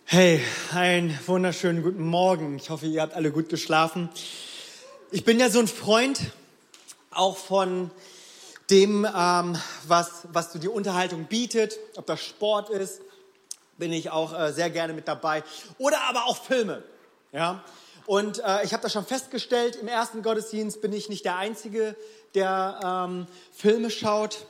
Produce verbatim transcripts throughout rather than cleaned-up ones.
Hey, einen wunderschönen guten Morgen. Ich hoffe, ihr habt alle gut geschlafen. Ich bin ja so ein Freund auch von dem, ähm, was, was so die Unterhaltung bietet. Ob das Sport ist, bin ich auch äh, sehr gerne mit dabei. Oder aber auch Filme. Ja? Und äh, ich habe das schon festgestellt, im ersten Gottesdienst bin ich nicht der Einzige, der ähm, Filme schaut.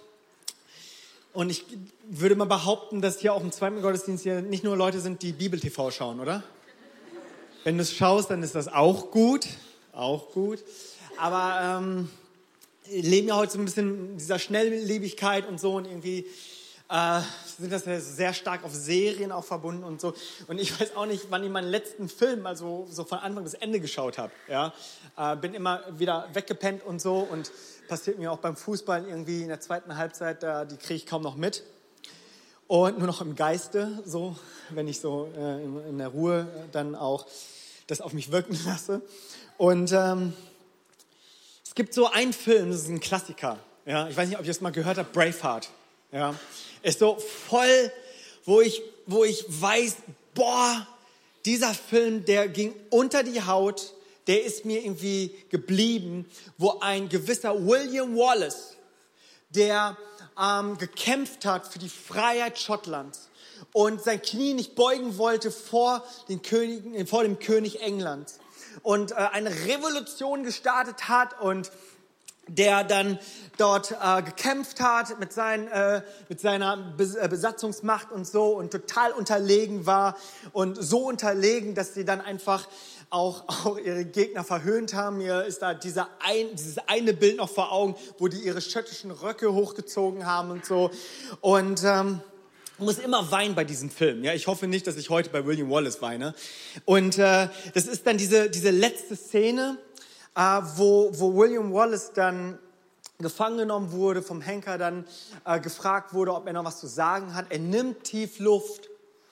Und ich würde mal behaupten, dass hier auch im zweiten Gottesdienst hier nicht nur Leute sind, die Bibel-T V schauen, oder? Wenn du es schaust, dann ist das auch gut, auch gut. Aber ähm, wir leben ja heute so ein bisschen in dieser Schnelllebigkeit und so und irgendwie äh, sind das ja sehr stark auf Serien auch verbunden und so. Und ich weiß auch nicht, wann ich meinen letzten Film, also so von Anfang bis Ende geschaut habe. Ja? Äh, bin immer wieder weggepennt und so und passiert mir auch beim Fußball irgendwie in der zweiten Halbzeit, da, die kriege ich kaum noch mit. Und nur noch im Geiste, so, wenn ich so äh, in, in der Ruhe dann auch das auf mich wirken lasse. Und ähm, es gibt so einen Film, das ist ein Klassiker. Ja? Ich weiß nicht, ob ihr das mal gehört habt, Braveheart. Ja? Ist so voll, wo ich, wo ich weiß, boah, dieser Film, der ging unter die Haut, der ist mir irgendwie geblieben, wo ein gewisser William Wallace, der ähm, gekämpft hat für die Freiheit Schottlands und sein Knie nicht beugen wollte vor, den Königen, vor dem König Englands und äh, eine Revolution gestartet hat und der dann dort äh, gekämpft hat mit, seinen, äh, mit seiner Bes- äh, Besatzungsmacht und so und total unterlegen war und so unterlegen, dass sie dann einfach auch, auch ihre Gegner verhöhnt haben. Mir ist da dieser ein, dieses eine Bild noch vor Augen, wo die ihre schottischen Röcke hochgezogen haben und so. Und ähm, ich muss immer weinen bei diesem Film. Ja, ich hoffe nicht, dass ich heute bei William Wallace weine. Und äh, das ist dann diese, diese letzte Szene, äh, wo, wo William Wallace dann gefangen genommen wurde, vom Henker dann äh, gefragt wurde, ob er noch was zu sagen hat. Er nimmt tief Luft.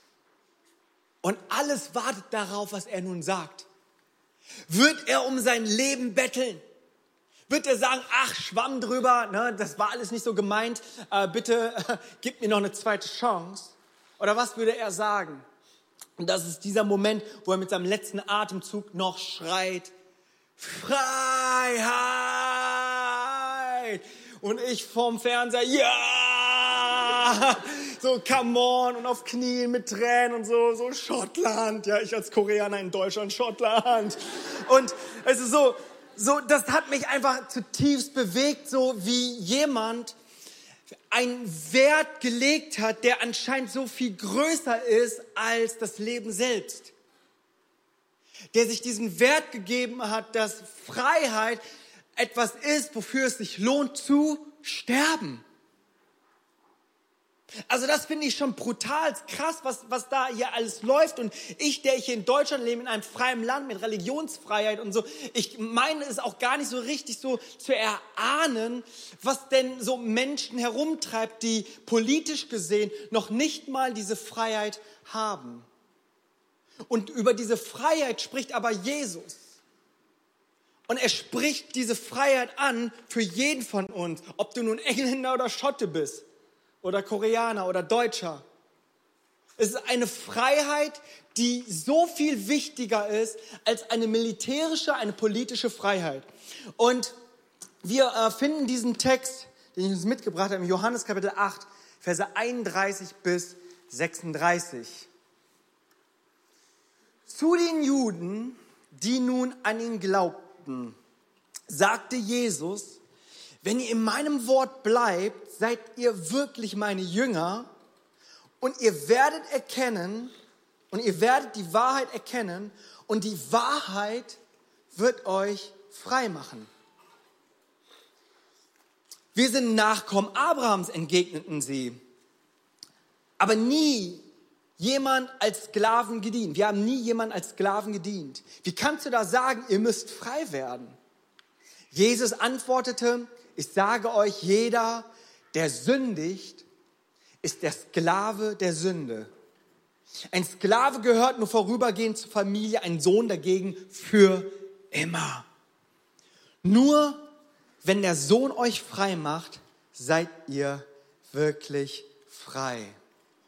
Und alles wartet darauf, was er nun sagt. Wird er um sein Leben betteln? Wird er sagen, ach, schwamm drüber, ne, das war alles nicht so gemeint, äh, bitte äh, gib mir noch eine zweite Chance? Oder was würde er sagen? Und das ist dieser Moment, wo er mit seinem letzten Atemzug noch schreit, Freiheit! Und ich vorm Fernseher, ja! So, come on, und auf Knien mit Tränen und so, so Schottland. Ja, ich als Koreaner in Deutschland, Schottland. Und es ist so, so, das hat mich einfach zutiefst bewegt, so wie jemand einen Wert gelegt hat, der anscheinend so viel größer ist als das Leben selbst. Der sich diesen Wert gegeben hat, dass Freiheit etwas ist, wofür es sich lohnt zu sterben. Also das finde ich schon brutal krass, was, was da hier alles läuft. Und ich, der ich hier in Deutschland lebe, in einem freien Land mit Religionsfreiheit und so, ich meine es auch gar nicht so richtig so zu erahnen, was denn so Menschen herumtreibt, die politisch gesehen noch nicht mal diese Freiheit haben. Und über diese Freiheit spricht aber Jesus. Und er spricht diese Freiheit an für jeden von uns, ob du nun Engländer oder Schotte bist. Oder Koreaner oder Deutscher. Es ist eine Freiheit, die so viel wichtiger ist als eine militärische, eine politische Freiheit. Und wir äh, finden diesen Text, den ich uns mitgebracht habe, in Johannes Kapitel acht, Verse einunddreißig bis sechsunddreißig. Zu den Juden, die nun an ihn glaubten, sagte Jesus, wenn ihr in meinem Wort bleibt, seid ihr wirklich meine Jünger und ihr werdet erkennen und ihr werdet die Wahrheit erkennen und die Wahrheit wird euch frei machen. Wir sind Nachkommen Abrahams, entgegneten sie, aber nie jemand als Sklaven gedient. Wir haben nie jemand als Sklaven gedient. Wie kannst du da sagen, ihr müsst frei werden? Jesus antwortete, ich sage euch, jeder, der sündigt, ist der Sklave der Sünde. Ein Sklave gehört nur vorübergehend zur Familie, ein Sohn dagegen für immer. Nur wenn der Sohn euch frei macht, seid ihr wirklich frei.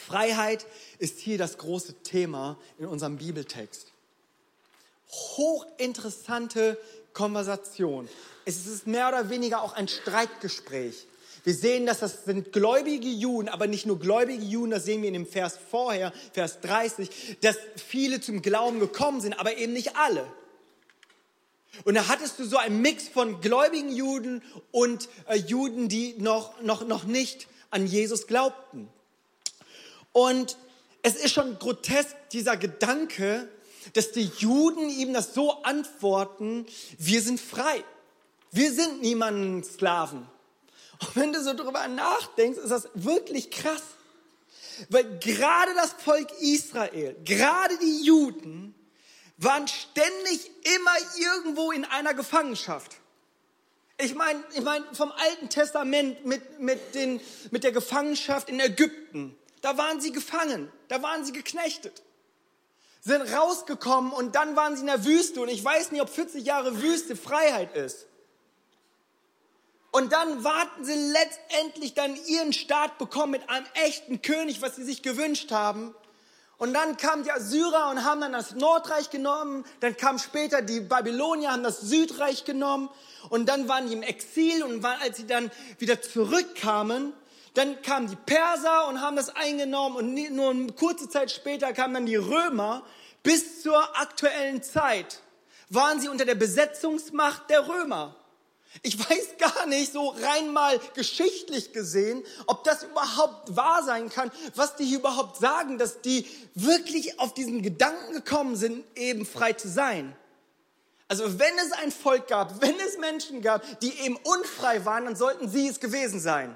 Freiheit ist hier das große Thema in unserem Bibeltext. Hochinteressante Konversation. Es ist mehr oder weniger auch ein Streitgespräch. Wir sehen, dass das sind gläubige Juden, aber nicht nur gläubige Juden, das sehen wir in dem Vers vorher, Vers dreißig, dass viele zum Glauben gekommen sind, aber eben nicht alle. Und da hattest du so einen Mix von gläubigen Juden und äh, Juden, die noch, noch, noch nicht an Jesus glaubten. Und es ist schon grotesk, dieser Gedanke, dass die Juden ihm das so antworten, wir sind frei. Wir sind niemanden Sklaven. Und wenn du so drüber nachdenkst, ist das wirklich krass. Weil gerade das Volk Israel, gerade die Juden, waren ständig immer irgendwo in einer Gefangenschaft. Ich meine, ich mein, vom Alten Testament mit, mit, den, mit der Gefangenschaft in Ägypten, da waren sie gefangen, da waren sie geknechtet. Sind rausgekommen und dann waren sie in der Wüste und ich weiß nicht, ob vierzig Jahre Wüste Freiheit ist. Und dann warten sie letztendlich dann ihren Staat bekommen mit einem echten König, was sie sich gewünscht haben. Und dann kamen die Assyrer und haben dann das Nordreich genommen. Dann kamen später die Babylonier, haben das Südreich genommen. Und dann waren die im Exil und waren, als sie dann wieder zurückkamen, dann kamen die Perser und haben das eingenommen. Und nur eine kurze Zeit später kamen dann die Römer. Bis zur aktuellen Zeit waren sie unter der Besetzungsmacht der Römer. Ich weiß gar nicht, so rein mal geschichtlich gesehen, ob das überhaupt wahr sein kann, was die hier überhaupt sagen, dass die wirklich auf diesen Gedanken gekommen sind, eben frei zu sein. Also wenn es ein Volk gab, wenn es Menschen gab, die eben unfrei waren, dann sollten sie es gewesen sein.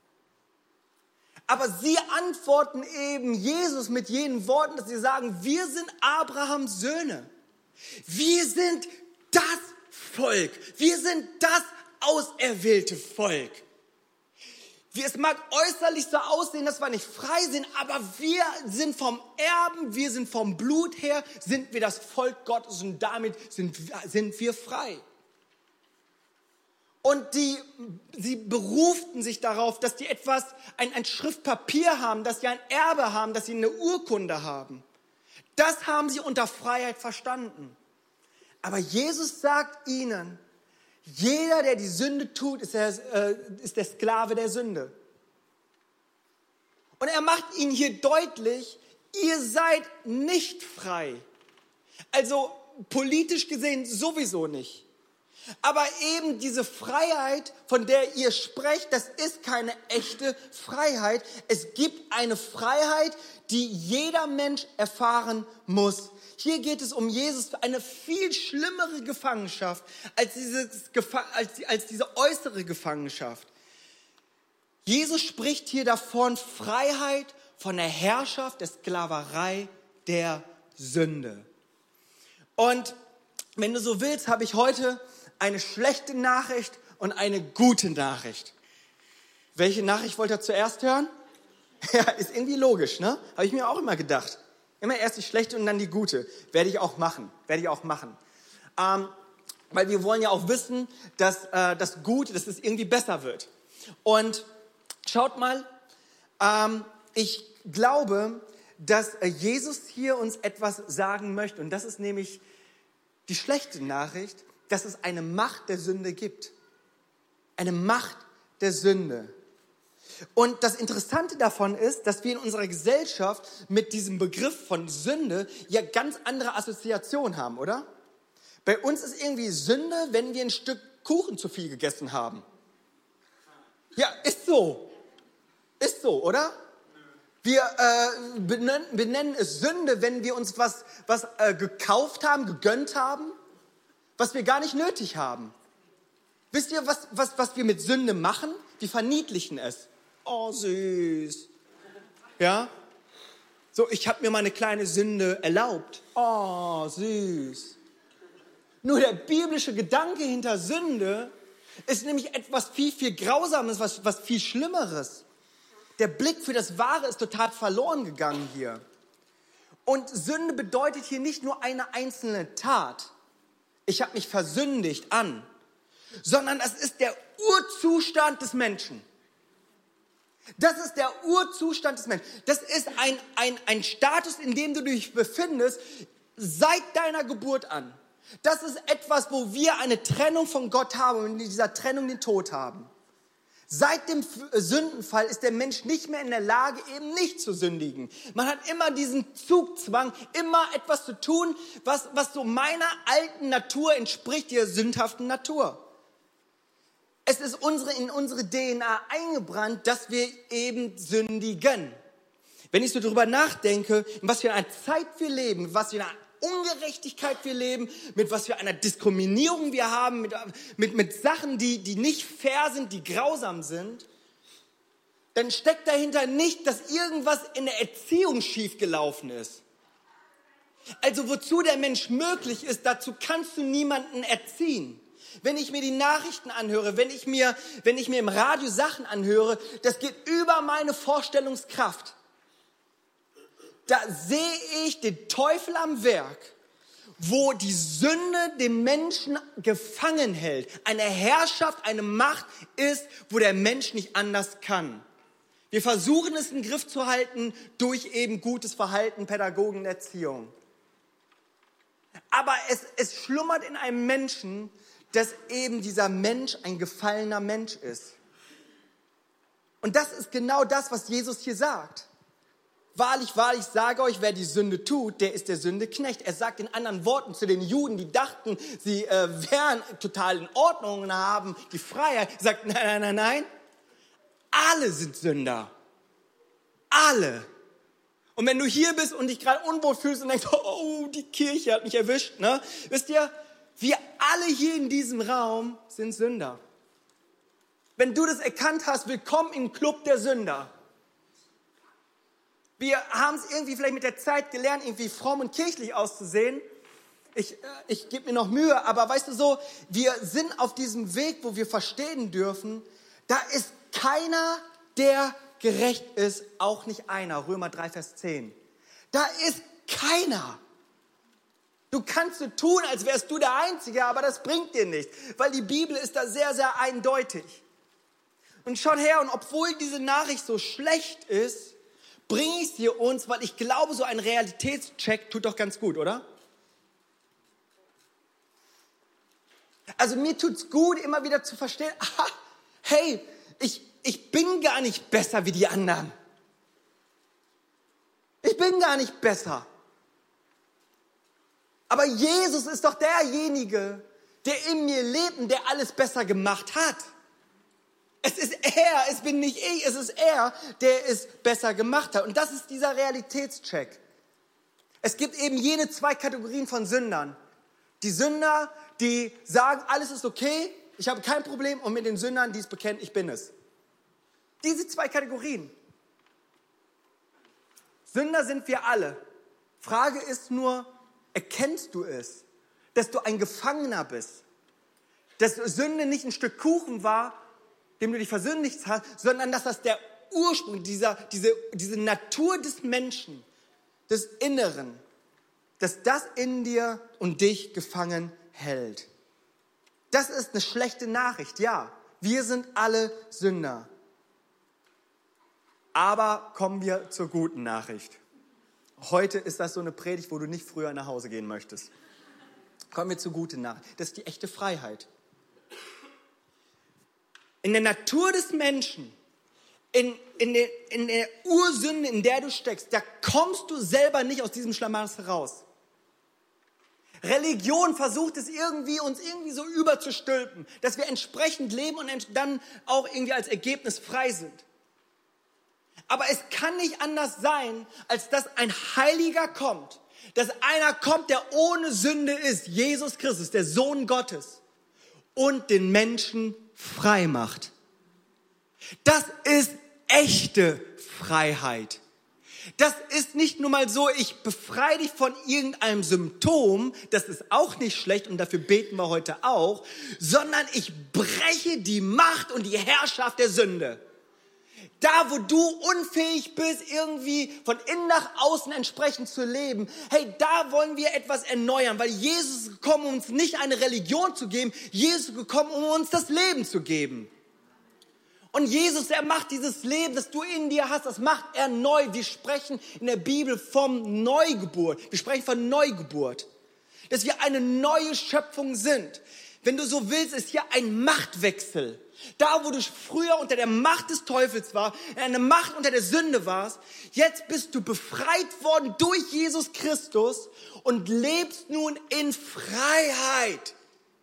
Aber sie antworten eben Jesus mit jenen Worten, dass sie sagen, wir sind Abrahams Söhne. Wir sind das Volk. Wir sind das auserwählte Volk. Wie es mag äußerlich so aussehen, dass wir nicht frei sind, aber wir sind vom Erben, wir sind vom Blut her, sind wir das Volk Gottes und damit sind, sind wir frei. Und die, sie beruften sich darauf, dass die etwas, ein, ein Schriftpapier haben, dass sie ein Erbe haben, dass sie eine Urkunde haben. Das haben sie unter Freiheit verstanden. Aber Jesus sagt ihnen, jeder, der die Sünde tut, ist der, äh, ist der Sklave der Sünde. Und er macht ihnen hier deutlich, ihr seid nicht frei. Also politisch gesehen sowieso nicht. Aber eben diese Freiheit, von der ihr sprecht, das ist keine echte Freiheit. Es gibt eine Freiheit, die jeder Mensch erfahren muss. Hier geht es um Jesus, eine viel schlimmere Gefangenschaft als, dieses, als, als diese äußere Gefangenschaft. Jesus spricht hier davon Freiheit von der Herrschaft, der Sklaverei, der Sünde. Und wenn du so willst, habe ich heute eine schlechte Nachricht und eine gute Nachricht. Welche Nachricht wollt ihr zuerst hören? Ja, ist irgendwie logisch, ne? Habe ich mir auch immer gedacht. Immer erst die schlechte und dann die gute. Werde ich auch machen. Werde ich auch machen. Ähm, weil wir wollen ja auch wissen, dass äh, das Gute, dass es irgendwie besser wird. Und schaut mal, ähm, ich glaube, dass äh, Jesus hier uns etwas sagen möchte. Und das ist nämlich die schlechte Nachricht, dass es eine Macht der Sünde gibt. Eine Macht der Sünde. Und das Interessante davon ist, dass wir in unserer Gesellschaft mit diesem Begriff von Sünde ja ganz andere Assoziationen haben, oder? Bei uns ist irgendwie Sünde, wenn wir ein Stück Kuchen zu viel gegessen haben. Ja, ist so. Ist so, oder? Wir äh, benennen, benennen es Sünde, wenn wir uns was, was äh, gekauft haben, gegönnt haben, was wir gar nicht nötig haben. Wisst ihr, was, was, was wir mit Sünde machen? Wir verniedlichen es. Oh, süß. Ja? So, ich habe mir mal eine kleine Sünde erlaubt. Oh, süß. Nur der biblische Gedanke hinter Sünde ist nämlich etwas viel, viel Grausames, was, was viel Schlimmeres. Der Blick für das Wahre ist total verloren gegangen hier. Und Sünde bedeutet hier nicht nur eine einzelne Tat. Ich habe mich versündigt an. Sondern das ist der Urzustand des Menschen. Das ist der Urzustand des Menschen. Das ist ein, ein, ein Status, in dem du dich befindest, seit deiner Geburt an. Das ist etwas, wo wir eine Trennung von Gott haben und in dieser Trennung den Tod haben. Seit dem Sündenfall ist der Mensch nicht mehr in der Lage, eben nicht zu sündigen. Man hat immer diesen Zugzwang, immer etwas zu tun, was, was so meiner alten Natur entspricht, der sündhaften Natur. Es ist unsere, in unsere D N A eingebrannt, dass wir eben sündigen. Wenn ich so darüber nachdenke, in was für einer Zeit wir leben, in was für einer Ungerechtigkeit wir leben, mit was für einer Diskriminierung wir haben, mit, mit, mit Sachen, die, die nicht fair sind, die grausam sind, dann steckt dahinter nicht, dass irgendwas in der Erziehung schiefgelaufen ist. Also wozu der Mensch möglich ist, dazu kannst du niemanden erziehen. Wenn ich mir die Nachrichten anhöre, wenn ich mir, wenn ich mir im Radio Sachen anhöre, das geht über meine Vorstellungskraft. Da sehe ich den Teufel am Werk, wo die Sünde den Menschen gefangen hält. Eine Herrschaft, eine Macht ist, wo der Mensch nicht anders kann. Wir versuchen es in den Griff zu halten durch eben gutes Verhalten, Pädagogen, Erziehung. Aber es, es schlummert in einem Menschen, dass eben dieser Mensch ein gefallener Mensch ist. Und das ist genau das, was Jesus hier sagt. Wahrlich, wahrlich, sage euch, wer die Sünde tut, der ist der Sündeknecht. Er sagt in anderen Worten zu den Juden, die dachten, sie äh, wären total in Ordnung und haben die Freiheit. Er sagt, nein, nein, nein, nein. Alle sind Sünder. Alle. Und wenn du hier bist und dich gerade unwohl fühlst und denkst, oh, die Kirche hat mich erwischt, ne? Wisst ihr, wir alle hier in diesem Raum sind Sünder. Wenn du das erkannt hast, willkommen im Club der Sünder. Wir haben es irgendwie vielleicht mit der Zeit gelernt, irgendwie fromm und kirchlich auszusehen. Ich, ich gebe mir noch Mühe, aber weißt du so, wir sind auf diesem Weg, wo wir verstehen dürfen, da ist keiner, der gerecht ist, auch nicht einer. Römer drei, Vers zehn. Da ist keiner. Du kannst so tun, als wärst du der Einzige, aber das bringt dir nichts, weil die Bibel ist da sehr, sehr eindeutig. Und schaut her, und obwohl diese Nachricht so schlecht ist, bringe ich sie uns, weil ich glaube, so ein Realitätscheck tut doch ganz gut, oder? Also mir tut's gut, immer wieder zu verstehen, aha, hey, ich, ich bin gar nicht besser wie die anderen. Ich bin gar nicht besser. Aber Jesus ist doch derjenige, der in mir lebt und der alles besser gemacht hat. Es ist er, es bin nicht ich, es ist er, der es besser gemacht hat. Und das ist dieser Realitätscheck. Es gibt eben jene zwei Kategorien von Sündern. Die Sünder, die sagen, alles ist okay, ich habe kein Problem, und mit den Sündern, die es bekennen, ich bin es. Diese zwei Kategorien. Sünder sind wir alle. Frage ist nur, erkennst du es, dass du ein Gefangener bist? Dass Sünde nicht ein Stück Kuchen war, dem du dich versündigt hast, sondern dass das der Ursprung, dieser, diese, diese Natur des Menschen, des Inneren, dass das in dir und dich gefangen hält. Das ist eine schlechte Nachricht, ja. Wir sind alle Sünder. Aber kommen wir zur guten Nachricht. Heute ist das so eine Predigt, wo du nicht früher nach Hause gehen möchtest. Kommen wir zur guten Nachricht. Das ist die echte Freiheit. In der Natur des Menschen, in, in, der, in der Ursünde, in der du steckst, da kommst du selber nicht aus diesem Schlamassel raus. Religion versucht es irgendwie, uns irgendwie so überzustülpen, dass wir entsprechend leben und dann auch irgendwie als Ergebnis frei sind. Aber es kann nicht anders sein, als dass ein Heiliger kommt, dass einer kommt, der ohne Sünde ist, Jesus Christus, der Sohn Gottes, und den Menschen frei macht. Das ist echte Freiheit. Das ist nicht nur mal so, ich befreie dich von irgendeinem Symptom, das ist auch nicht schlecht und dafür beten wir heute auch, sondern ich breche die Macht und die Herrschaft der Sünde. Da, wo du unfähig bist, irgendwie von innen nach außen entsprechend zu leben, hey, da wollen wir etwas erneuern, weil Jesus ist gekommen, um uns nicht eine Religion zu geben, Jesus ist gekommen, um uns das Leben zu geben. Und Jesus, er macht dieses Leben, das du in dir hast, das macht er neu. Wir sprechen in der Bibel vom Neugeburt. Wir sprechen von Neugeburt. Dass wir eine neue Schöpfung sind. Wenn du so willst, ist hier ein Machtwechsel. Da, wo du früher unter der Macht des Teufels warst, eine Macht unter der Sünde warst, jetzt bist du befreit worden durch Jesus Christus und lebst nun in Freiheit.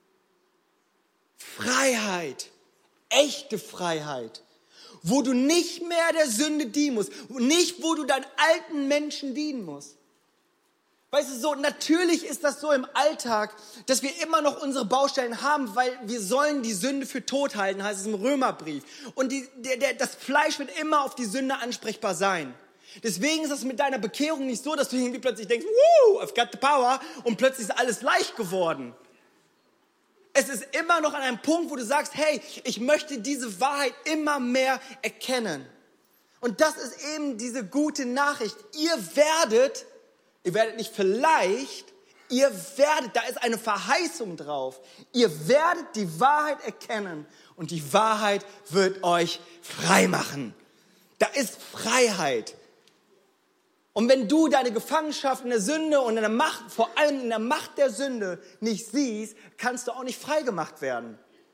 Freiheit. Echte Freiheit, wo du nicht mehr der Sünde dienen musst, nicht wo du deinen alten Menschen dienen musst. Weißt du, so natürlich ist das so im Alltag, dass wir immer noch unsere Baustellen haben, weil wir sollen die Sünde für tot halten, heißt es im Römerbrief. Und die, der, der, das Fleisch wird immer auf die Sünde ansprechbar sein. Deswegen ist das mit deiner Bekehrung nicht so, dass du irgendwie plötzlich denkst, woo, I've got the power, und plötzlich ist alles leicht geworden. Es ist immer noch an einem Punkt, wo du sagst, hey, ich möchte diese Wahrheit immer mehr erkennen. Und das ist eben diese gute Nachricht. Ihr werdet, ihr werdet nicht vielleicht, ihr werdet, da ist eine Verheißung drauf. Ihr werdet die Wahrheit erkennen und die Wahrheit wird euch frei machen. Da ist Freiheit. Und wenn du deine Gefangenschaft in der Sünde und in der Macht, vor allem in der Macht der Sünde nicht siehst, kannst du auch nicht frei gemacht werden.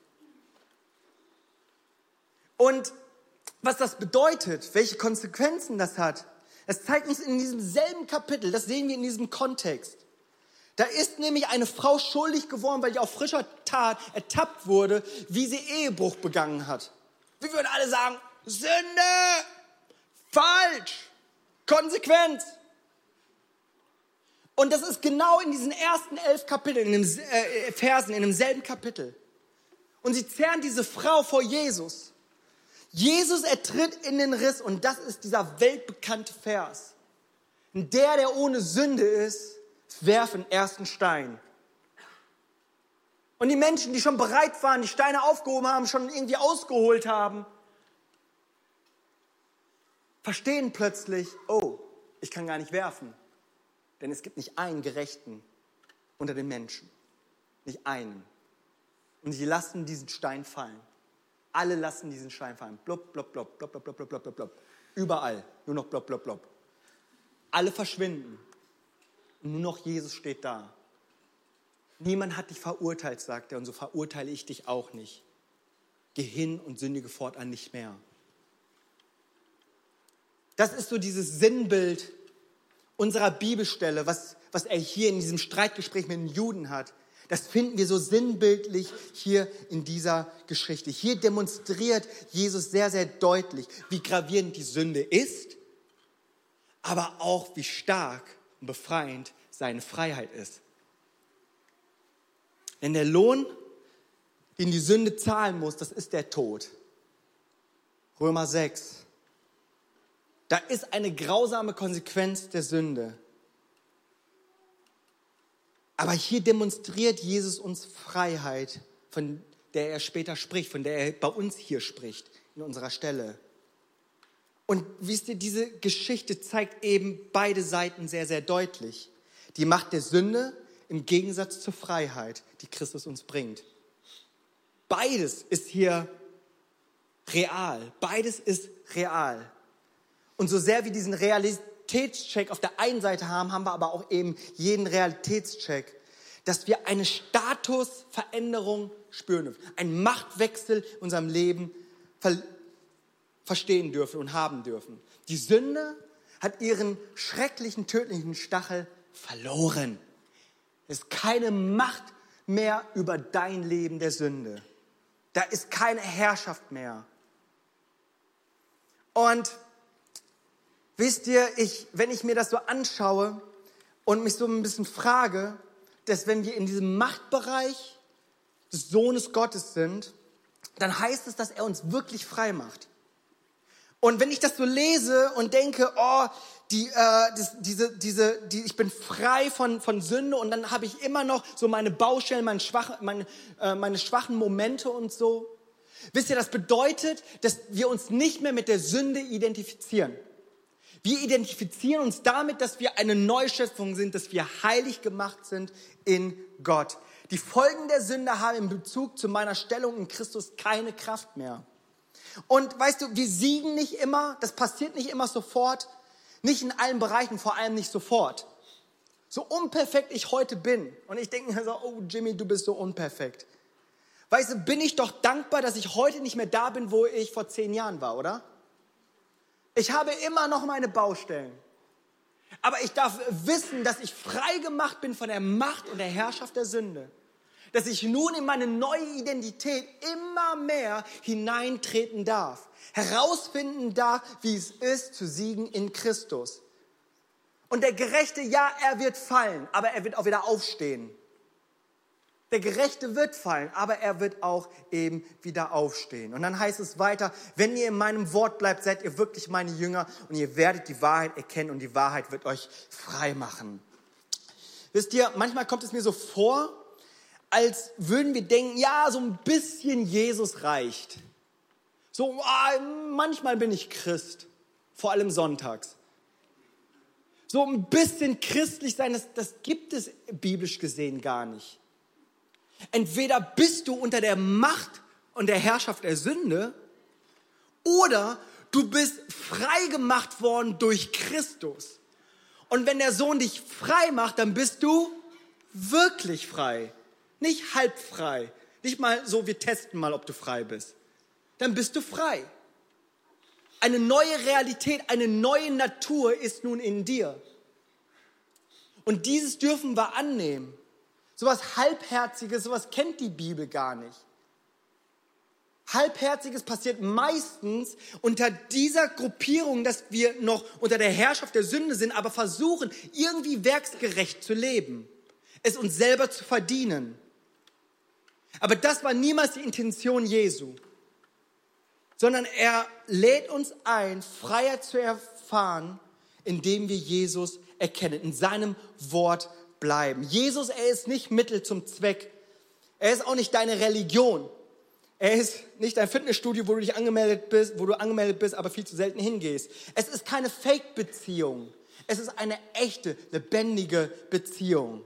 Und was das bedeutet, welche Konsequenzen das hat, das zeigt uns in diesem selben Kapitel, das sehen wir in diesem Kontext. Da ist nämlich eine Frau schuldig geworden, weil sie auf frischer Tat ertappt wurde, wie sie Ehebruch begangen hat. Wir würden alle sagen, Sünde, falsch. Konsequenz. Und das ist genau in diesen ersten elf Kapiteln, in den äh, Versen, in demselben Kapitel. Und sie zerren diese Frau vor Jesus. Jesus, er tritt in den Riss und das ist dieser weltbekannte Vers. Der, der ohne Sünde ist, werf den ersten Stein. Und die Menschen, die schon bereit waren, die Steine aufgehoben haben, schon irgendwie ausgeholt haben, verstehen plötzlich, oh, ich kann gar nicht werfen. Denn es gibt nicht einen Gerechten unter den Menschen. Nicht einen. Und sie lassen diesen Stein fallen. Alle lassen diesen Stein fallen. Blub, blub, blub, blub, blub, blub, blub, blub, blub. Überall. Nur noch blub, blub, blub. Alle verschwinden. Und nur noch Jesus steht da. Niemand hat dich verurteilt, sagt er. Und so verurteile ich dich auch nicht. Geh hin und sündige fortan nicht mehr. Das ist so dieses Sinnbild unserer Bibelstelle, was, was er hier in diesem Streitgespräch mit den Juden hat. Das finden wir so sinnbildlich hier in dieser Geschichte. Hier demonstriert Jesus sehr, sehr deutlich, wie gravierend die Sünde ist, aber auch wie stark und befreiend seine Freiheit ist. Denn der Lohn, den die Sünde zahlen muss, das ist der Tod. Römer sechs. Da ist eine grausame Konsequenz der Sünde. Aber hier demonstriert Jesus uns Freiheit, von der er später spricht, von der er bei uns hier spricht, in unserer Stelle. Und wisst ihr, diese Geschichte zeigt eben beide Seiten sehr, sehr deutlich. Die Macht der Sünde im Gegensatz zur Freiheit, die Christus uns bringt. Beides ist hier real. Beides ist real. Und so sehr wir diesen Realitätscheck auf der einen Seite haben, haben wir aber auch eben jeden Realitätscheck, dass wir eine Statusveränderung spüren dürfen, einen Machtwechsel in unserem Leben ver- verstehen dürfen und haben dürfen. Die Sünde hat ihren schrecklichen, tödlichen Stachel verloren. Es ist keine Macht mehr über dein Leben der Sünde. Da ist keine Herrschaft mehr. Und wisst ihr, ich, wenn ich mir das so anschaue und mich so ein bisschen frage, dass wenn wir in diesem Machtbereich des Sohnes Gottes sind, dann heißt es, dass er uns wirklich frei macht. Und wenn ich das so lese und denke, oh, die, äh, das, diese, diese, die, ich bin frei von, von Sünde und dann habe ich immer noch so meine Baustellen, meine, schwache, meine, äh, meine schwachen Momente und so. Wisst ihr, das bedeutet, dass wir uns nicht mehr mit der Sünde identifizieren. Wir identifizieren uns damit, dass wir eine Neuschöpfung sind, dass wir heilig gemacht sind in Gott. Die Folgen der Sünde haben in Bezug zu meiner Stellung in Christus keine Kraft mehr. Und weißt du, wir siegen nicht immer, das passiert nicht immer sofort, nicht in allen Bereichen, vor allem nicht sofort. So unperfekt ich heute bin und ich denke mir so, oh Jimmy, du bist so unperfekt. Weißt du, bin ich doch dankbar, dass ich heute nicht mehr da bin, wo ich vor zehn Jahren war, oder? Ich habe immer noch meine Baustellen. Aber ich darf wissen, dass ich frei gemacht bin von der Macht und der Herrschaft der Sünde. Dass ich nun in meine neue Identität immer mehr hineintreten darf. Herausfinden darf, wie es ist, zu siegen in Christus. Und der Gerechte, ja, er wird fallen, aber er wird auch wieder aufstehen. Der Gerechte wird fallen, aber er wird auch eben wieder aufstehen. Und dann heißt es weiter, wenn ihr in meinem Wort bleibt, seid ihr wirklich meine Jünger und ihr werdet die Wahrheit erkennen und die Wahrheit wird euch frei machen. Wisst ihr, manchmal kommt es mir so vor, als würden wir denken, ja, so ein bisschen Jesus reicht. So, ah, manchmal bin ich Christ, vor allem sonntags. So ein bisschen christlich sein, das, das gibt es biblisch gesehen gar nicht. Entweder bist du unter der Macht und der Herrschaft der Sünde oder du bist frei gemacht worden durch Christus. Und wenn der Sohn dich frei macht, dann bist du wirklich frei. Nicht halb frei. Nicht mal so, wir testen mal, ob du frei bist. Dann bist du frei. Eine neue Realität, eine neue Natur ist nun in dir. Und dieses dürfen wir annehmen. Sowas Halbherziges, sowas kennt die Bibel gar nicht. Halbherziges passiert meistens unter dieser Gruppierung, dass wir noch unter der Herrschaft der Sünde sind, aber versuchen, irgendwie werksgerecht zu leben. Es uns selber zu verdienen. Aber das war niemals die Intention Jesu. Sondern er lädt uns ein, Freiheit zu erfahren, indem wir Jesus erkennen, in seinem Wort bleiben. Jesus, er ist nicht Mittel zum Zweck. Er ist auch nicht deine Religion. Er ist nicht ein Fitnessstudio, wo du dich angemeldet bist, wo du angemeldet bist, aber viel zu selten hingehst. Es ist keine Fake-Beziehung. Es ist eine echte, lebendige Beziehung.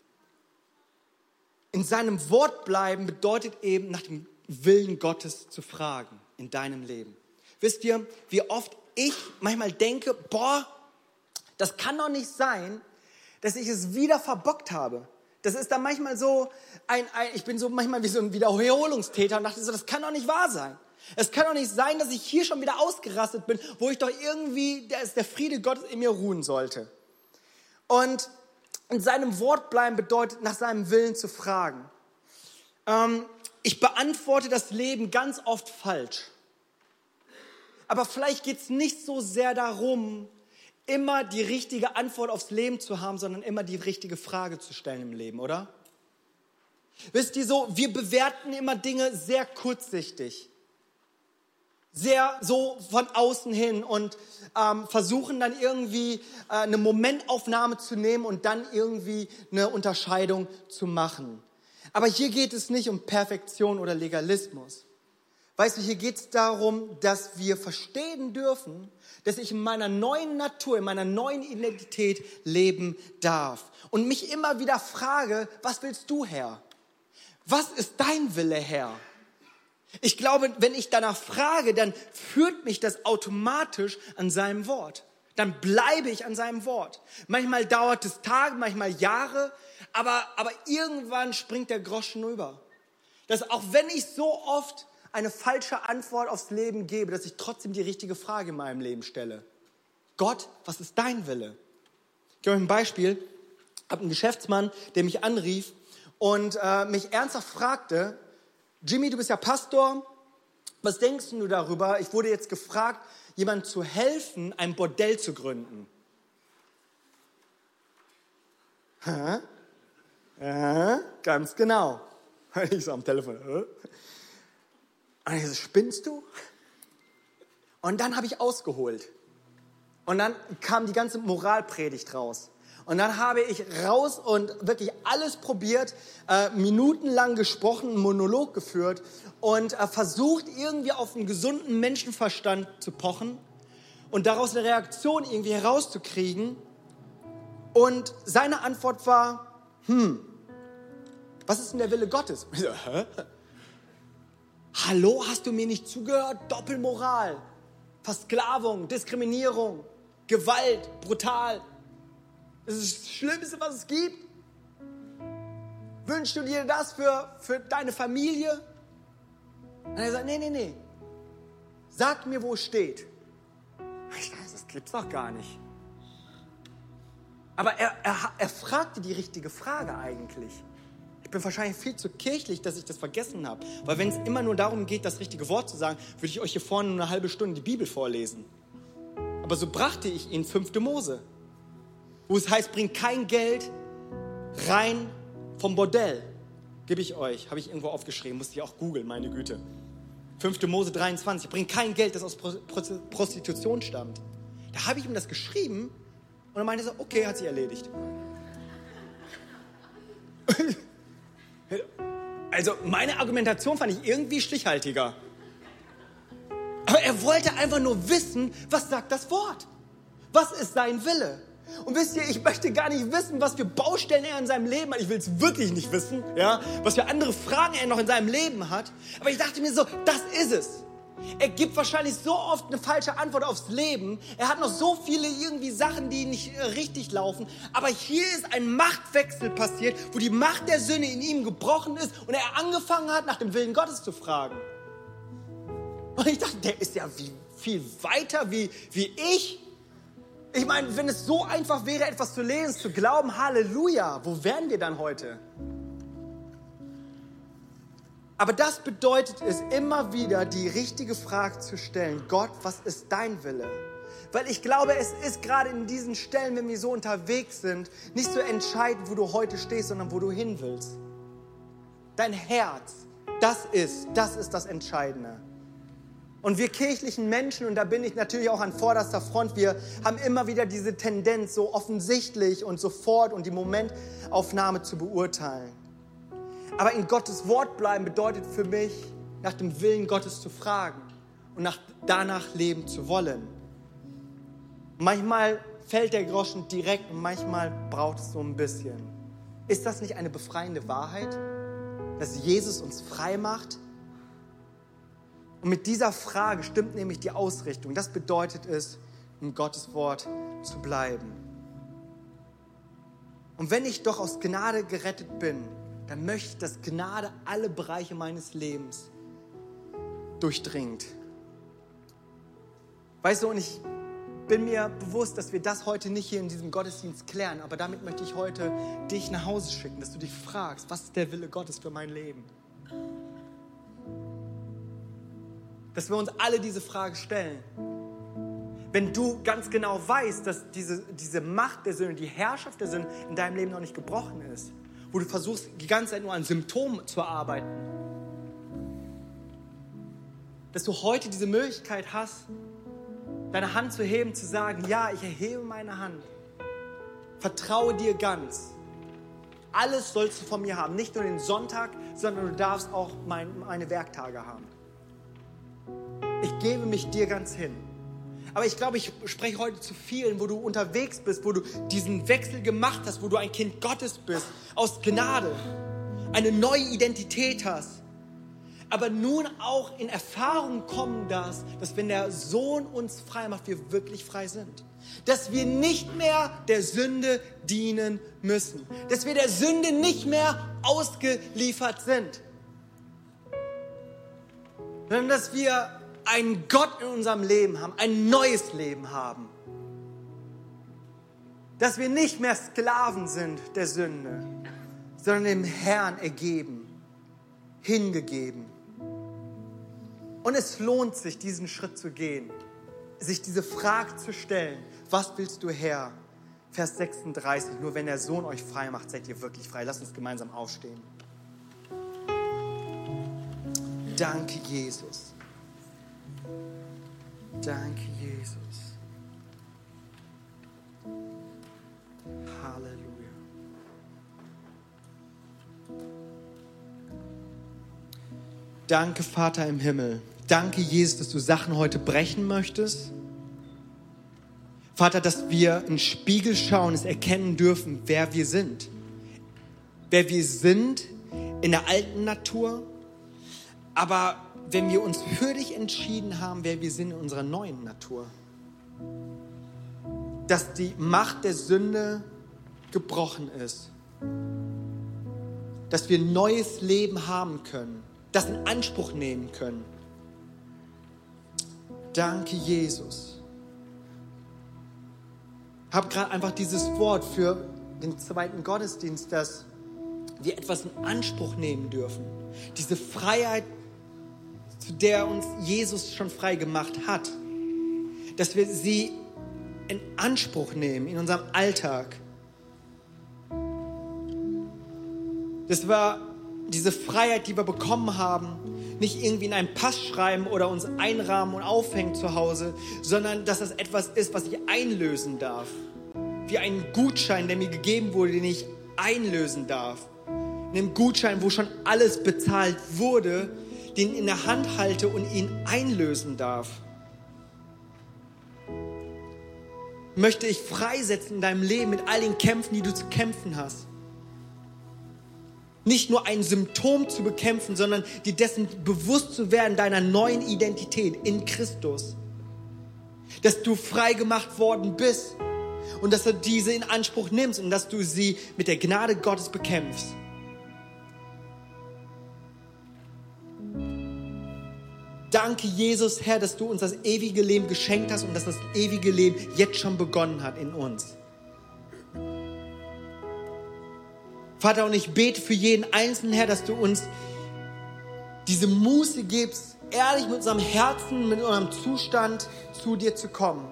In seinem Wort bleiben bedeutet eben, nach dem Willen Gottes zu fragen in deinem Leben. Wisst ihr, wie oft ich manchmal denke, boah, das kann doch nicht sein, dass ich es wieder verbockt habe. Das ist dann manchmal so, ein, ein, ich bin so manchmal wie so ein Wiederholungstäter und dachte so, das kann doch nicht wahr sein. Es kann doch nicht sein, dass ich hier schon wieder ausgerastet bin, wo ich doch irgendwie, der, der Friede Gottes in mir ruhen sollte. Und in seinem Wort bleiben bedeutet, nach seinem Willen zu fragen. Ähm, ich beantworte das Leben ganz oft falsch. Aber vielleicht geht es nicht so sehr darum, immer die richtige Antwort aufs Leben zu haben, sondern immer die richtige Frage zu stellen im Leben, oder? Wisst ihr so, wir bewerten immer Dinge sehr kurzsichtig. Sehr so von außen hin und ähm, versuchen dann irgendwie äh, eine Momentaufnahme zu nehmen und dann irgendwie eine Unterscheidung zu machen. Aber hier geht es nicht um Perfektion oder Legalismus. Weißt du, hier geht es darum, dass wir verstehen dürfen, dass ich in meiner neuen Natur, in meiner neuen Identität leben darf. Und mich immer wieder frage, was willst du, Herr? Was ist dein Wille, Herr? Ich glaube, wenn ich danach frage, dann führt mich das automatisch an seinem Wort. Dann bleibe ich an seinem Wort. Manchmal dauert es Tage, manchmal Jahre, aber, aber irgendwann springt der Groschen über. Dass auch wenn ich so oft eine falsche Antwort aufs Leben gebe, dass ich trotzdem die richtige Frage in meinem Leben stelle. Gott, was ist dein Wille? Ich gebe euch ein Beispiel. Ich habe einen Geschäftsmann, der mich anrief und äh, mich ernsthaft fragte, Jimmy, du bist ja Pastor, was denkst du darüber? Ich wurde jetzt gefragt, jemandem zu helfen, ein Bordell zu gründen. Hä? Hä? Ganz genau. Ich so am Telefon. Hä? Und ich so, spinnst du? Und dann habe ich ausgeholt. Und dann kam die ganze Moralpredigt raus. Und dann habe ich raus und wirklich alles probiert, äh, minutenlang gesprochen, einen Monolog geführt und äh, versucht, irgendwie auf einen gesunden Menschenverstand zu pochen und daraus eine Reaktion irgendwie herauszukriegen. Und seine Antwort war, hm, was ist denn der Wille Gottes? Ich so, hä? Hallo, hast du mir nicht zugehört? Doppelmoral, Versklavung, Diskriminierung, Gewalt, brutal. Das ist das Schlimmste, was es gibt. Wünschst du dir das für, für deine Familie? Und er sagt, nee, nee, nee. Sag mir, wo es steht. Ich weiß, das gibt's doch gar nicht. Aber er, er, er fragte die richtige Frage eigentlich. Ich bin wahrscheinlich viel zu kirchlich, dass ich das vergessen habe. Weil wenn es immer nur darum geht, das richtige Wort zu sagen, würde ich euch hier vorne nur eine halbe Stunde die Bibel vorlesen. Aber so brachte ich ihn fünfte Mose, wo es heißt, bringt kein Geld rein vom Bordell. Gebe ich euch, habe ich irgendwo aufgeschrieben, musste ich auch googeln, meine Güte. fünfte Mose dreiundzwanzig, bringt kein Geld, das aus Prostitution stammt. Da habe ich ihm das geschrieben und er meinte so, okay, hat sich erledigt. Also meine Argumentation fand ich irgendwie stichhaltiger. Aber er wollte einfach nur wissen, was sagt das Wort? Was ist sein Wille? Und wisst ihr, ich möchte gar nicht wissen, was für Baustellen er in seinem Leben hat. Ich will es wirklich nicht wissen, ja? Was für andere Fragen er noch in seinem Leben hat. Aber ich dachte mir so, das ist es. Er gibt wahrscheinlich so oft eine falsche Antwort aufs Leben. Er hat noch so viele irgendwie Sachen, die nicht richtig laufen. Aber hier ist ein Machtwechsel passiert, wo die Macht der Sünde in ihm gebrochen ist und er angefangen hat, nach dem Willen Gottes zu fragen. Und ich dachte, der ist ja wie, viel weiter wie, wie ich. Ich meine, wenn es so einfach wäre, etwas zu lesen, zu glauben, Halleluja, wo wären wir dann heute? Aber das bedeutet es, immer wieder die richtige Frage zu stellen. Gott, was ist dein Wille? Weil ich glaube, es ist gerade in diesen Stellen, wenn wir so unterwegs sind, nicht so entscheidend, wo du heute stehst, sondern wo du hin willst. Dein Herz, das ist, das ist das Entscheidende. Und wir kirchlichen Menschen, und da bin ich natürlich auch an vorderster Front, wir haben immer wieder diese Tendenz, so offensichtlich und sofort und die Momentaufnahme zu beurteilen. Aber in Gottes Wort bleiben bedeutet für mich, nach dem Willen Gottes zu fragen und nach, danach leben zu wollen. Manchmal fällt der Groschen direkt und manchmal braucht es so ein bisschen. Ist das nicht eine befreiende Wahrheit, dass Jesus uns frei macht? Und mit dieser Frage stimmt nämlich die Ausrichtung. Das bedeutet es, in Gottes Wort zu bleiben. Und wenn ich doch aus Gnade gerettet bin, dann möchte ich, dass Gnade alle Bereiche meines Lebens durchdringt. Weißt du, und ich bin mir bewusst, dass wir das heute nicht hier in diesem Gottesdienst klären, aber damit möchte ich heute dich nach Hause schicken, dass du dich fragst, was ist der Wille Gottes für mein Leben? Dass wir uns alle diese Frage stellen. Wenn du ganz genau weißt, dass diese, diese Macht der Sünde, die Herrschaft der Sünde in deinem Leben noch nicht gebrochen ist, wo du versuchst, die ganze Zeit nur an Symptomen zu arbeiten, dass du heute diese Möglichkeit hast, deine Hand zu heben, zu sagen, ja, ich erhebe meine Hand, vertraue dir ganz. Alles sollst du von mir haben, nicht nur den Sonntag, sondern du darfst auch mein, meine Werktage haben. Ich gebe mich dir ganz hin. Aber ich glaube, ich spreche heute zu vielen, wo du unterwegs bist, wo du diesen Wechsel gemacht hast, wo du ein Kind Gottes bist, aus Gnade, eine neue Identität hast. Aber nun auch in Erfahrung kommen darfst, dass wenn der Sohn uns frei macht, wir wirklich frei sind. Dass wir nicht mehr der Sünde dienen müssen. Dass wir der Sünde nicht mehr ausgeliefert sind. Sondern dass wir einen Gott in unserem Leben haben, ein neues Leben haben. Dass wir nicht mehr Sklaven sind der Sünde, sondern dem Herrn ergeben, hingegeben. Und es lohnt sich, diesen Schritt zu gehen, sich diese Frage zu stellen, was willst du, Herr? Vers sechsunddreißig, nur wenn der Sohn euch frei macht, seid ihr wirklich frei. Lasst uns gemeinsam aufstehen. Danke, Jesus. Danke, Jesus. Halleluja. Danke, Vater im Himmel. Danke, Jesus, dass du Sachen heute brechen möchtest. Vater, dass wir in den Spiegel schauen, es erkennen dürfen, wer wir sind. Wer wir sind in der alten Natur, aber wenn wir uns für dich entschieden haben, wer wir sind in unserer neuen Natur. Dass die Macht der Sünde gebrochen ist. Dass wir ein neues Leben haben können. Das in Anspruch nehmen können. Danke, Jesus. Ich habe gerade einfach dieses Wort für den zweiten Gottesdienst, dass wir etwas in Anspruch nehmen dürfen. Diese Freiheit, zu der uns Jesus schon frei gemacht hat. Dass wir sie in Anspruch nehmen in unserem Alltag. Das war diese Freiheit, die wir bekommen haben, nicht irgendwie in einen Pass schreiben oder uns einrahmen und aufhängen zu Hause, sondern dass das etwas ist, was ich einlösen darf. Wie ein Gutschein, der mir gegeben wurde, den ich einlösen darf. Einem Gutschein, wo schon alles bezahlt wurde, den ich in der Hand halte und ihn einlösen darf. Möchte ich freisetzen in deinem Leben mit all den Kämpfen, die du zu kämpfen hast. Nicht nur ein Symptom zu bekämpfen, sondern dir dessen bewusst zu werden, deiner neuen Identität in Christus. Dass du frei gemacht worden bist und dass du diese in Anspruch nimmst und dass du sie mit der Gnade Gottes bekämpfst. Danke, Jesus, Herr, dass du uns das ewige Leben geschenkt hast und dass das ewige Leben jetzt schon begonnen hat in uns. Vater, und ich bete für jeden Einzelnen, Herr, dass du uns diese Muße gibst, ehrlich mit unserem Herzen, mit unserem Zustand zu dir zu kommen.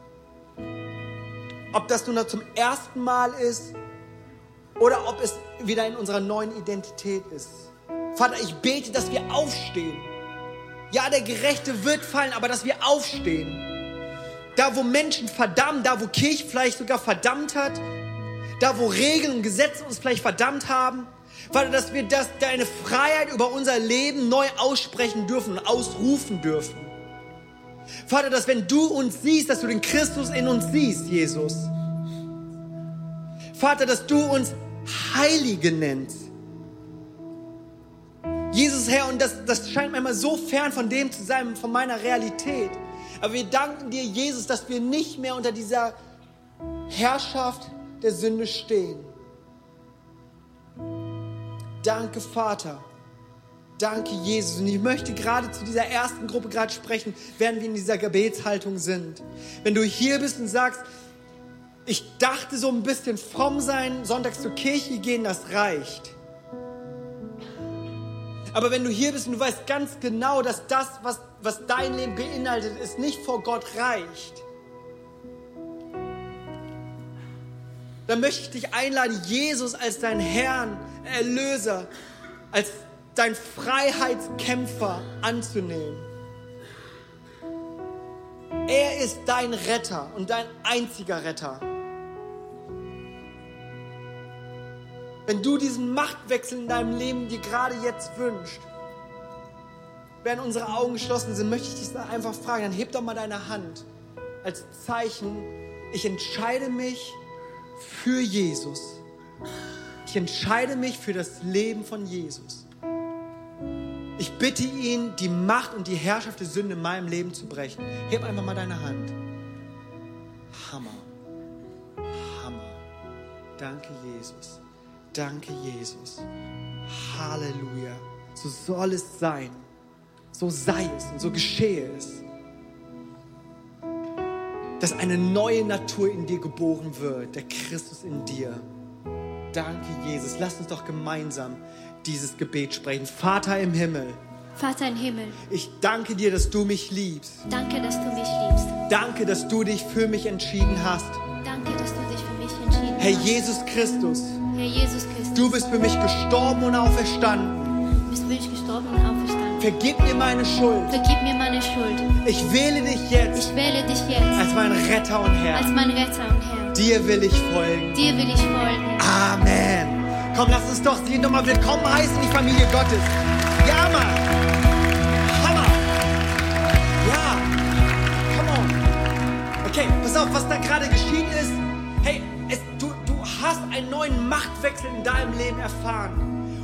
Ob das nun zum ersten Mal ist oder ob es wieder in unserer neuen Identität ist. Vater, ich bete, dass wir aufstehen. Ja, der Gerechte wird fallen, aber dass wir aufstehen. Da, wo Menschen verdammen, da, wo Kirche vielleicht sogar verdammt hat, da, wo Regeln und Gesetze uns vielleicht verdammt haben, Vater, dass wir das, deine Freiheit über unser Leben neu aussprechen dürfen und ausrufen dürfen. Vater, dass wenn du uns siehst, dass du den Christus in uns siehst, Jesus. Vater, dass du uns Heilige nennst. Jesus, Herr, und das, das scheint manchmal so fern von dem zu sein, von meiner Realität. Aber wir danken dir, Jesus, dass wir nicht mehr unter dieser Herrschaft der Sünde stehen. Danke, Vater. Danke, Jesus. Und ich möchte gerade zu dieser ersten Gruppe gerade sprechen, während wir in dieser Gebetshaltung sind. Wenn du hier bist und sagst, ich dachte so ein bisschen fromm sein, sonntags zur Kirche gehen, das reicht. Aber wenn du hier bist und du weißt ganz genau, dass das, was, was dein Leben beinhaltet, ist, nicht vor Gott reicht, dann möchte ich dich einladen, Jesus als dein Herrn, Erlöser, als dein Freiheitskämpfer anzunehmen. Er ist dein Retter und dein einziger Retter. Wenn du diesen Machtwechsel in deinem Leben dir gerade jetzt wünschst, während unsere Augen geschlossen sind, möchte ich dich einfach fragen, dann heb doch mal deine Hand als Zeichen, ich entscheide mich für Jesus. Ich entscheide mich für das Leben von Jesus. Ich bitte ihn, die Macht und die Herrschaft der Sünde in meinem Leben zu brechen. Heb einfach mal deine Hand. Hammer. Hammer. Danke, Jesus. Danke, Jesus. Halleluja. So soll es sein. So sei es und so geschehe es. Dass eine neue Natur in dir geboren wird, der Christus in dir. Danke, Jesus. Lass uns doch gemeinsam dieses Gebet sprechen. Vater im Himmel. Vater im Himmel. Ich danke dir, dass du mich liebst. Danke, dass du mich liebst. Danke, dass du dich für mich entschieden hast. Danke, dass du dich für mich entschieden Herr hast. Jesus Christus. Herr Jesus Christus. Du bist für mich gestorben und auferstanden. Du bist für mich gestorben und auferstanden. Vergib mir meine Schuld. Vergib mir meine Schuld. Ich wähle dich jetzt Ich wähle dich jetzt als mein Retter und Herr. als mein Retter und Herr. Dir will ich folgen. Dir will ich folgen. Amen. Komm, lass uns doch sie nochmal willkommen heißen in die Familie Gottes. Ja, Mann. Hammer. Ja. Come on. Okay, pass auf, was da gerade geschehen ist. Hey, es, du, du hast einen neuen Machtwechsel in deinem Leben erfahren.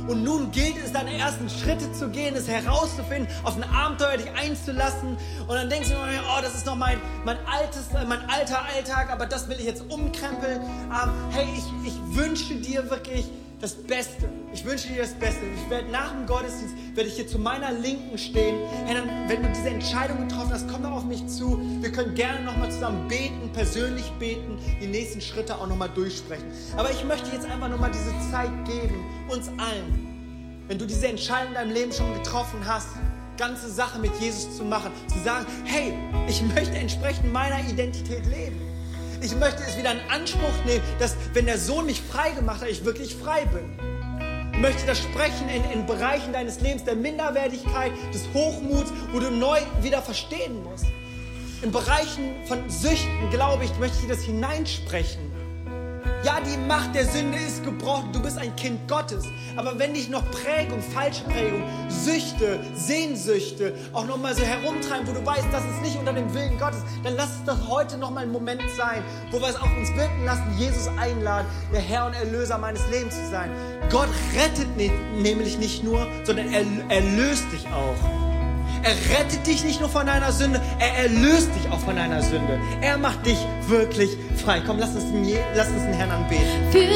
Und nun gilt es, deine ersten Schritte zu gehen, es herauszufinden, auf ein Abenteuer dich einzulassen. Und dann denkst du, oh, das ist noch mein, mein, altes, mein alter Alltag, aber das will ich jetzt umkrempeln. Ähm, hey, ich, ich wünsche dir wirklich das Beste. Ich wünsche dir das Beste. Ich werde nach dem Gottesdienst, werde ich hier zu meiner Linken stehen. Hey, dann, wenn du diese Entscheidung getroffen hast, komm doch auf mich zu. Wir können gerne nochmal zusammen beten, persönlich beten, die nächsten Schritte auch nochmal durchsprechen. Aber ich möchte jetzt einfach nochmal diese Zeit geben, uns allen. Wenn du diese Entscheidung in deinem Leben schon getroffen hast, ganze Sache mit Jesus zu machen, zu sagen, hey, ich möchte entsprechend meiner Identität leben. Ich möchte es wieder in Anspruch nehmen, dass, wenn der Sohn mich frei gemacht hat, ich wirklich frei bin. Ich möchte das sprechen in, in Bereichen deines Lebens, der Minderwertigkeit, des Hochmuts, wo du neu wieder verstehen musst. In Bereichen von Süchten, glaube ich, möchte ich das hineinsprechen. Ja, die Macht der Sünde ist gebrochen, du bist ein Kind Gottes. Aber wenn dich noch Prägung, falsche Prägung, Süchte, Sehnsüchte auch nochmal so herumtreiben, wo du weißt, das ist nicht unter dem Willen Gottes, dann lass es doch heute nochmal ein Moment sein, wo wir es auf uns wirken lassen, Jesus einladen, der Herr und Erlöser meines Lebens zu sein. Gott rettet nicht, nämlich nicht nur, sondern er erlöst dich auch. Er rettet dich nicht nur von deiner Sünde, er erlöst dich auch von deiner Sünde. Er macht dich wirklich frei. Komm, lass uns den, lass uns den Herrn anbeten.